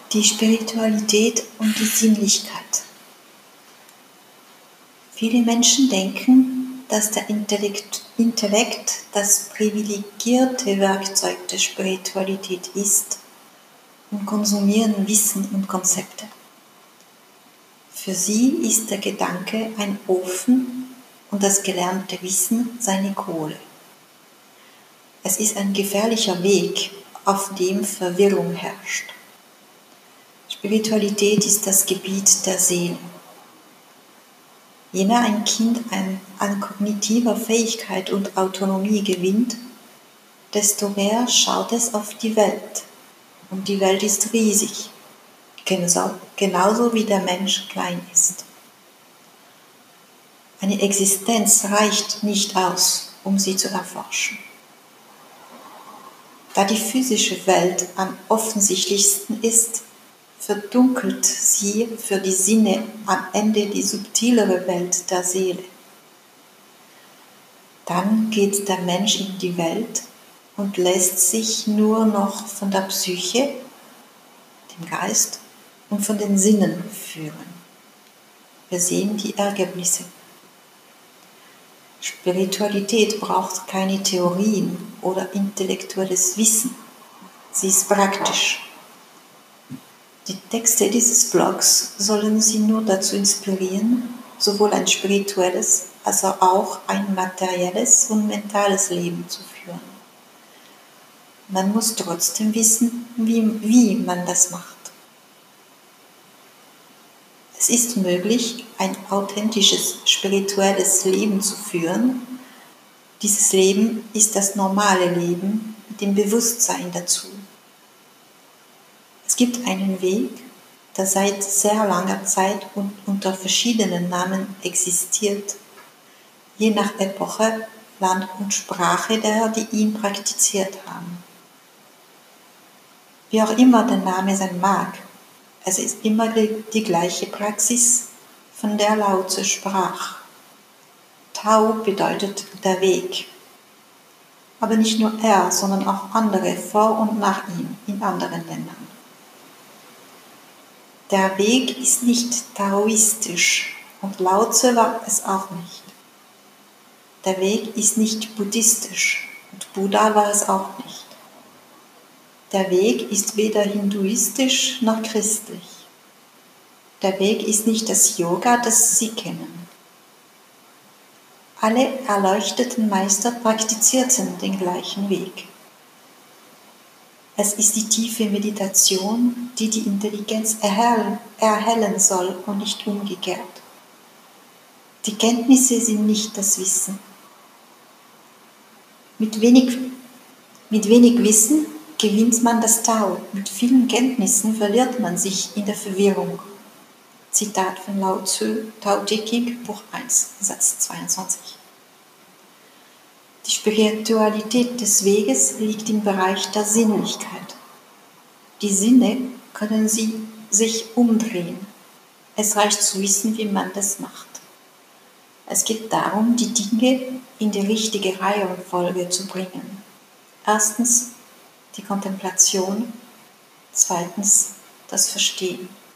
Die Spiritualität und die Sinnlichkeit. Viele Menschen denken, dass der Intellekt das privilegierte Werkzeug der Spiritualität ist und konsumieren Wissen und Konzepte. Für sie ist der Gedanke ein Ofen und das gelernte Wissen seine Kohle. Es ist ein gefährlicher Weg, auf dem Verwirrung herrscht. Spiritualität ist das Gebiet der Seele. Je mehr ein Kind an kognitiver Fähigkeit und Autonomie gewinnt, desto mehr schaut es auf die Welt. Und die Welt ist riesig, genauso wie der Mensch klein ist. Eine Existenz reicht nicht aus, um sie zu erforschen. Da die physische Welt am offensichtlichsten ist, verdunkelt sie für die Sinne am Ende die subtilere Welt der Seele. Dann geht der Mensch in die Welt und lässt sich nur noch von der Psyche, dem Geist und von den Sinnen führen. Wir sehen die Ergebnisse. Spiritualität braucht keine Theorien oder intellektuelles Wissen. Sie ist praktisch. Die Texte dieses Blogs sollen Sie nur dazu inspirieren, sowohl ein spirituelles als auch ein materielles und mentales Leben zu führen. Man muss trotzdem wissen, wie man das macht. Es ist möglich, ein authentisches spirituelles Leben zu führen. Dieses Leben ist das normale Leben mit dem Bewusstsein dazu. Es gibt einen Weg, der seit sehr langer Zeit und unter verschiedenen Namen existiert, je nach Epoche, Land und Sprache derer, die ihn praktiziert haben. Wie auch immer der Name sein mag, es ist immer die gleiche Praxis, von der Lao Tzu sprach. Tao bedeutet der Weg. Aber nicht nur er, sondern auch andere vor und nach ihm in anderen Ländern. Der Weg ist nicht taoistisch und Lao Tzu war es auch nicht. Der Weg ist nicht buddhistisch und Buddha war es auch nicht. Der Weg ist weder hinduistisch noch christlich. Der Weg ist nicht das Yoga, das Sie kennen. Alle erleuchteten Meister praktizierten den gleichen Weg. Es ist die tiefe Meditation, die die Intelligenz erhellen soll und nicht umgekehrt. Die Kenntnisse sind nicht das Wissen. Mit wenig Wissen gewinnt man das Tao. Mit vielen Kenntnissen verliert man sich in der Verwirrung. Zitat von Lao Tzu, Tao Te Ching, Buch 1, Satz 22. Die Spiritualität des Weges liegt im Bereich der Sinnlichkeit. Die Sinne können sich umdrehen. Es reicht zu wissen, wie man das macht. Es geht darum, die Dinge in die richtige Reihenfolge zu bringen. Erstens die Kontemplation, zweitens das Verstehen.